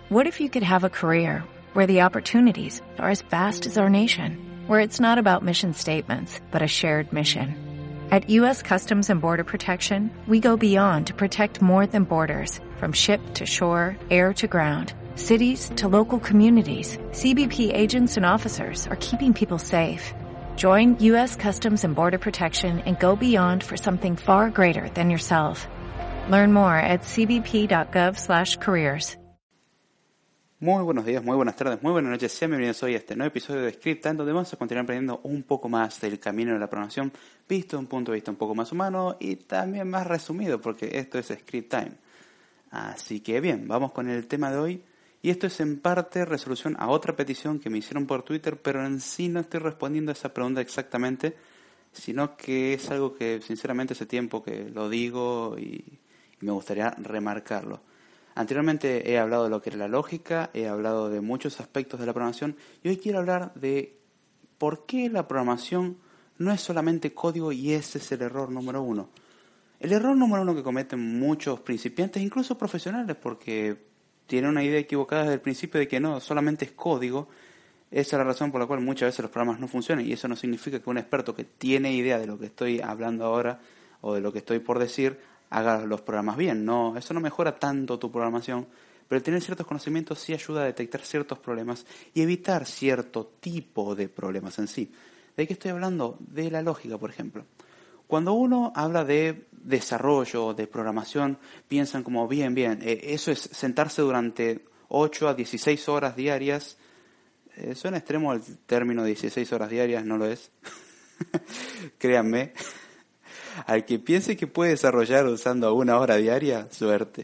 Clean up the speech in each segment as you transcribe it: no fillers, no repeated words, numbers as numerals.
What if you could have a career where the opportunities are as vast as our nation, where it's not about mission statements, but a shared mission? At U.S. Customs and Border Protection, we go beyond to protect more than borders, from ship to shore, air to ground, cities to local communities. CBP agents and officers are keeping people safe. Join U.S. Customs and Border Protection and go beyond for something far greater than yourself. Learn more at cbp.gov/careers. Muy buenos días, muy buenas tardes, muy buenas noches. Sean bienvenidos hoy a este nuevo episodio de Script Time, donde vamos a continuar aprendiendo un poco más del camino de la programación, visto de un punto de vista un poco más humano y también más resumido, porque esto es Script Time. Así que bien, vamos con el tema de hoy. Y esto es en parte resolución a otra petición que me hicieron por Twitter, pero en sí no estoy respondiendo a esa pregunta exactamente, sino que es algo que sinceramente hace tiempo que lo digo y me gustaría remarcarlo. Anteriormente he hablado de lo que era la lógica, he hablado de muchos aspectos de la programación y hoy quiero hablar de por qué la programación no es solamente código y ese es el error número uno. El error número uno que cometen muchos principiantes, incluso profesionales, porque tienen una idea equivocada desde el principio de que no, solamente es código. Esa es la razón por la cual muchas veces los programas no funcionan y eso no significa que un experto que tiene idea de lo que estoy hablando ahora o de lo que estoy por decir haga los programas bien. No, eso no mejora tanto tu programación, pero el tener ciertos conocimientos sí ayuda a detectar ciertos problemas y evitar cierto tipo de problemas en sí. ¿De qué estoy hablando? De la lógica, por ejemplo. Cuando uno habla de desarrollo, de programación, piensan como bien, eso es sentarse durante 8 a 16 horas diarias. Suena extremo el término 16 horas diarias, no lo es. Créanme. Al que piense que puede desarrollar usando 1 hora diaria, suerte.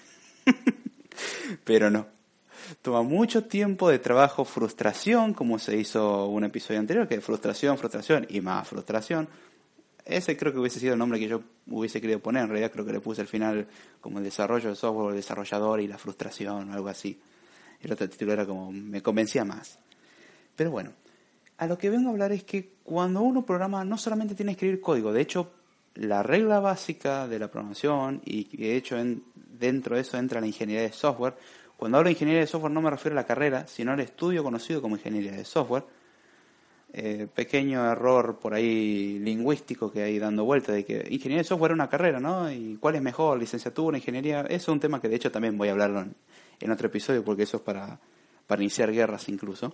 Pero no. Toma mucho tiempo de trabajo, frustración, como se hizo un episodio anterior, que es frustración y más frustración. Ese creo que hubiese sido el nombre que yo hubiese querido poner. En realidad creo que le puse al final como el desarrollo de software, el desarrollador y la frustración o algo así. El otro título era como, me convencía más. Pero bueno, a lo que vengo a hablar es que cuando uno programa no solamente tiene que escribir código. De hecho, la regla básica de la programación, y de hecho dentro de eso entra la ingeniería de software. Cuando hablo de ingeniería de software no me refiero a la carrera, sino al estudio conocido como ingeniería de software. Pequeño error por ahí lingüístico que hay dando vuelta de que ingeniería de software es una carrera, ¿no? ¿Y cuál es mejor? ¿Licenciatura, ingeniería? Eso es un tema que de hecho también voy a hablarlo en otro episodio porque eso es para iniciar guerras incluso.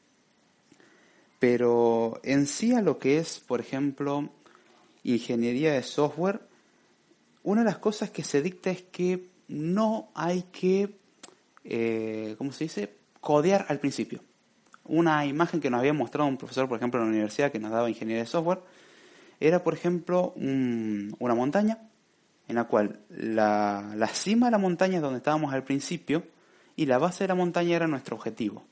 Pero en sí a lo que es, por ejemplo, ingeniería de software, una de las cosas que se dicta es que no hay que, ¿cómo se dice?, codear al principio. Una imagen que nos había mostrado un profesor, por ejemplo, en la universidad que nos daba ingeniería de software, era, por ejemplo, una montaña, en la cual la cima de la montaña es donde estábamos al principio y la base de la montaña era nuestro objetivo.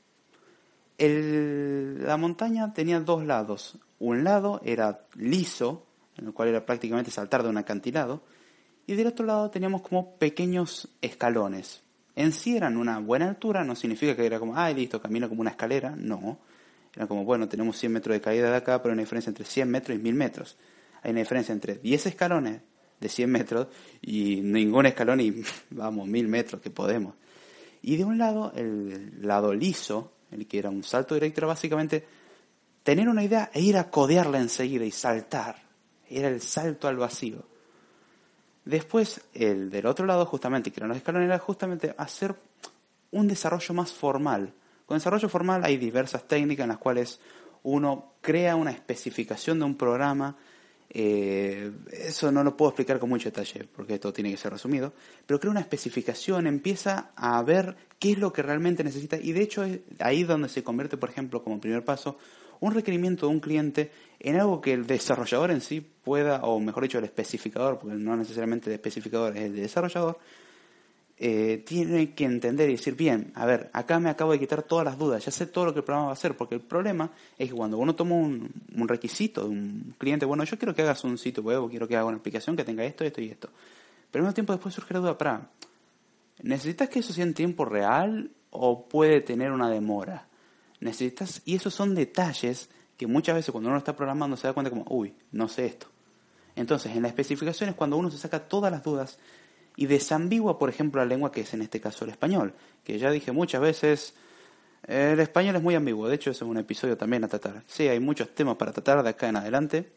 La montaña tenía dos lados. Un lado era liso, en el cual era prácticamente saltar de un acantilado, y del otro lado teníamos como pequeños escalones. En sí eran una buena altura, no significa que era como, listo, camino como una escalera, no. Era como, bueno, tenemos 100 metros de caída de acá, pero hay una diferencia entre 100 metros y 1000 metros. Hay una diferencia entre 10 escalones de 100 metros y ningún escalón y, 1000 metros que podemos. Y de un lado, el lado liso, el que era un salto directo, era básicamente tener una idea e ir a codearla enseguida y saltar. Era el salto al vacío. Después, el del otro lado, justamente, que eran los escalones, era justamente hacer un desarrollo más formal. Con desarrollo formal hay diversas técnicas en las cuales uno crea una especificación de un programa. Eso no lo puedo explicar con mucho detalle, porque esto tiene que ser resumido. Pero crea una especificación, empieza a ver qué es lo que realmente necesita. Y de hecho es ahí donde se convierte, por ejemplo, como primer paso, un requerimiento de un cliente en algo que el desarrollador en sí pueda, o mejor dicho, el especificador, porque no necesariamente el especificador es el desarrollador, tiene que entender y decir, bien, a ver, acá me acabo de quitar todas las dudas, ya sé todo lo que el programa va a hacer, porque el problema es que cuando uno toma un requisito de un cliente, bueno, yo quiero que hagas un sitio web, o quiero que hagas una aplicación que tenga esto, esto y esto. Pero al mismo tiempo después surge la duda, ¿necesitas que eso sea en tiempo real o puede tener una demora? Y esos son detalles que muchas veces cuando uno está programando se da cuenta como, no sé esto. Entonces, en la especificación es cuando uno se saca todas las dudas y desambigua, por ejemplo, la lengua, que es en este caso el español, que ya dije muchas veces, el español es muy ambiguo. De hecho, ese es un episodio también a tratar. Sí, hay muchos temas para tratar de acá en adelante.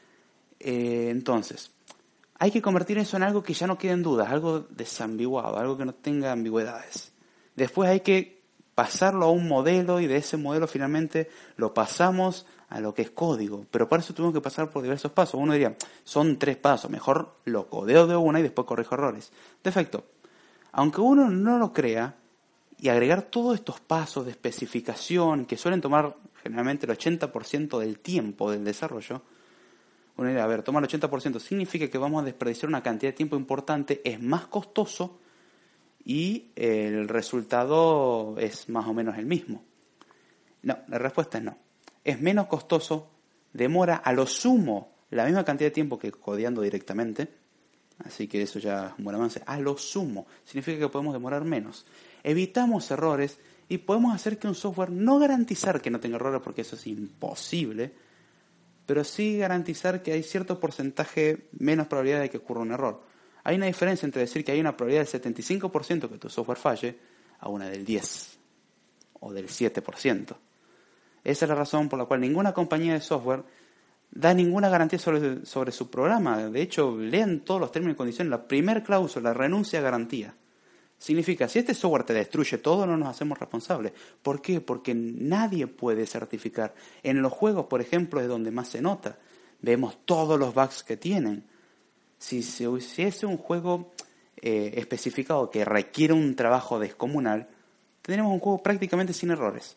Entonces, hay que convertir eso en algo que ya no quede en dudas, algo desambiguado, algo que no tenga ambigüedades. Después hay que pasarlo a un modelo y de ese modelo finalmente lo pasamos a lo que es código. Pero para eso tuvimos que pasar por diversos pasos. Uno diría, son 3 pasos, mejor lo codeo de una y después corrijo errores. Defecto. Aunque uno no lo crea, y agregar todos estos pasos de especificación que suelen tomar generalmente el 80% del tiempo del desarrollo, uno diría, a ver, tomar el 80% significa que vamos a desperdiciar una cantidad de tiempo importante, es más costoso y el resultado es más o menos el mismo. No, la respuesta es no. Es menos costoso, demora a lo sumo la misma cantidad de tiempo que codeando directamente, así que eso ya es un buen avance. A lo sumo significa que podemos demorar menos. Evitamos errores y podemos hacer que un software, no garantizar que no tenga errores porque eso es imposible, pero sí garantizar que hay cierto porcentaje menos probabilidad de que ocurra un error. Hay una diferencia entre decir que hay una probabilidad del 75% que tu software falle a una del 10% o del 7%. Esa es la razón por la cual ninguna compañía de software da ninguna garantía sobre su programa. De hecho, lean todos los términos y condiciones. La primera cláusula, renuncia a garantía. Significa, si este software te destruye todo, no nos hacemos responsables. ¿Por qué? Porque nadie puede certificar. En los juegos, por ejemplo, es donde más se nota. Vemos todos los bugs que tienen. Si se hiciese un juego especificado que requiere un trabajo descomunal, tendremos un juego prácticamente sin errores.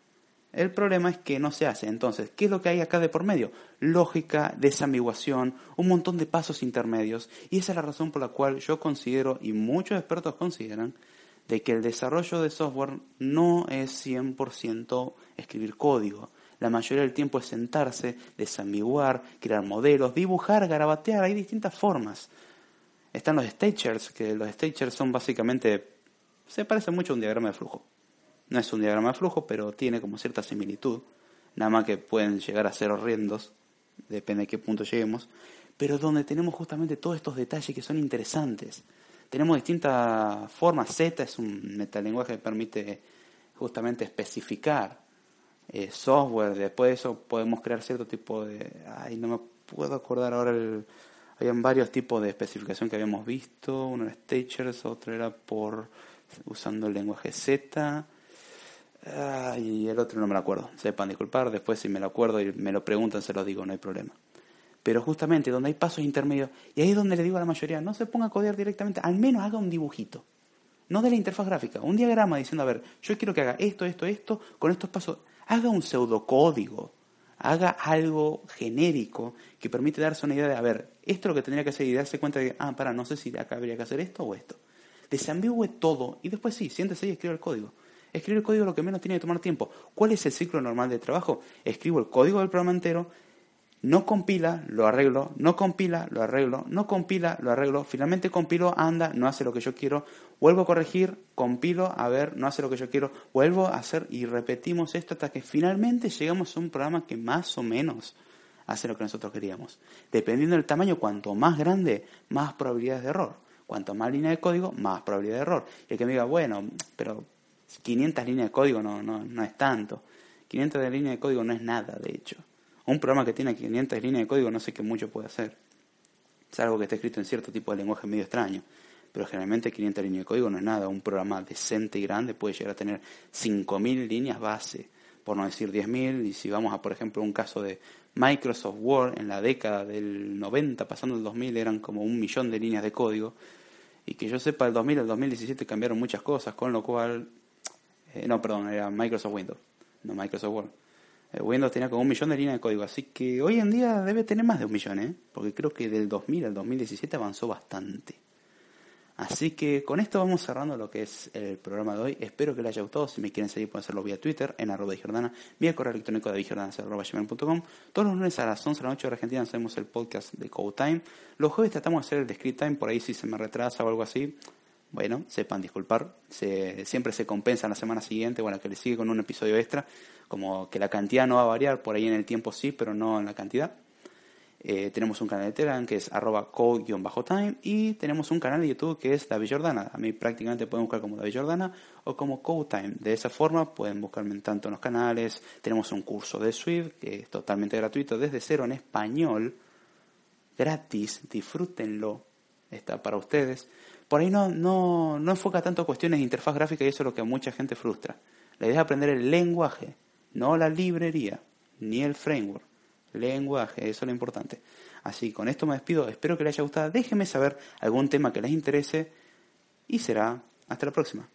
El problema es que no se hace. Entonces, ¿qué es lo que hay acá de por medio? Lógica, desambiguación, un montón de pasos intermedios. Y esa es la razón por la cual yo considero, y muchos expertos consideran, de que el desarrollo de software no es 100% escribir código. La mayoría del tiempo es sentarse, desambiguar, crear modelos, dibujar, garabatear. Hay distintas formas. Están los stagers, que los stagers son básicamente, se parece mucho a un diagrama de flujo. No es un diagrama de flujo, pero tiene como cierta similitud. Nada más que pueden llegar a ser horrendos, depende de qué punto lleguemos. Pero donde tenemos justamente todos estos detalles que son interesantes. Tenemos distintas formas. Z es un metalenguaje que permite justamente especificar software. Después de eso podemos crear cierto tipo de... no me puedo acordar ahora. Habían varios tipos de especificación que habíamos visto. Uno era stagers, otro era usando el lenguaje Z. Y el otro no me lo acuerdo. Sepan disculpar, después si me lo acuerdo y me lo preguntan se lo digo, no hay problema. Pero justamente donde hay pasos intermedios, y ahí es donde le digo a la mayoría, no se ponga a codear directamente, al menos haga un dibujito. No de la interfaz gráfica, un diagrama diciendo, a ver, yo quiero que haga esto, con estos pasos. Haga un pseudocódigo, haga algo genérico que permite darse una idea de, a ver, esto es lo que tendría que hacer y darse cuenta de, no sé si acá habría que hacer esto o esto. Desambigüe todo y después sí, siéntese y escriba el código. Escribir el código es lo que menos tiene que tomar tiempo. ¿Cuál es el ciclo normal de trabajo? Escribo el código del programa entero, no compila, lo arreglo, no compila, lo arreglo, no compila, lo arreglo, finalmente compilo, anda, no hace lo que yo quiero, vuelvo a corregir, compilo, a ver, no hace lo que yo quiero, vuelvo a hacer y repetimos esto hasta que finalmente llegamos a un programa que más o menos hace lo que nosotros queríamos. Dependiendo del tamaño, cuanto más grande, más probabilidades de error. Cuanto más línea de código, más probabilidad de error. Y el que me diga, bueno, pero 500 líneas de código no es tanto. 500 de líneas de código no es nada, de hecho. Un programa que tiene 500 líneas de código no sé qué mucho puede hacer. Es algo que está escrito en cierto tipo de lenguaje medio extraño. Pero generalmente 500 líneas de código no es nada. Un programa decente y grande puede llegar a tener 5.000 líneas base, por no decir 10.000. Y si vamos a, por ejemplo, un caso de Microsoft Word, en la década del 90, pasando el 2000, eran como 1 millón de líneas de código. Y que yo sepa, el 2000 al 2017 cambiaron muchas cosas, con lo cual... era Microsoft Windows, no Microsoft Word. Windows tenía como 1 millón de líneas de código, así que hoy en día debe tener más de 1 millón, porque creo que del 2000 al 2017 avanzó bastante. Así que con esto vamos cerrando lo que es el programa de hoy. Espero que les haya gustado. Si me quieren seguir pueden hacerlo vía Twitter, en @dijordana, vía correo electrónico de dijordana@gmail.com. Todos los lunes a las 11 de la noche de Argentina hacemos el podcast de Code Time. Los jueves tratamos de hacer el de Script Time, por ahí si se me retrasa o algo así. Bueno, sepan disculpar, siempre se compensa en la semana siguiente, que le sigue con un episodio extra, como que la cantidad no va a variar, por ahí en el tiempo sí, pero no en la cantidad. Tenemos un canal de Telegram que es @co_time y tenemos un canal de YouTube que es David Jordana. A mí prácticamente pueden buscar como David Jordana o como CodeTime. De esa forma pueden buscarme tanto en los canales. Tenemos un curso de Swift que es totalmente gratuito desde cero en español, gratis, disfrútenlo, está para ustedes. Por ahí no enfoca tanto a cuestiones de interfaz gráfica y eso es lo que a mucha gente frustra. La idea es aprender el lenguaje, no la librería, ni el framework. Lenguaje, eso es lo importante. Así, con esto me despido, espero que les haya gustado, déjenme saber algún tema que les interese y será hasta la próxima.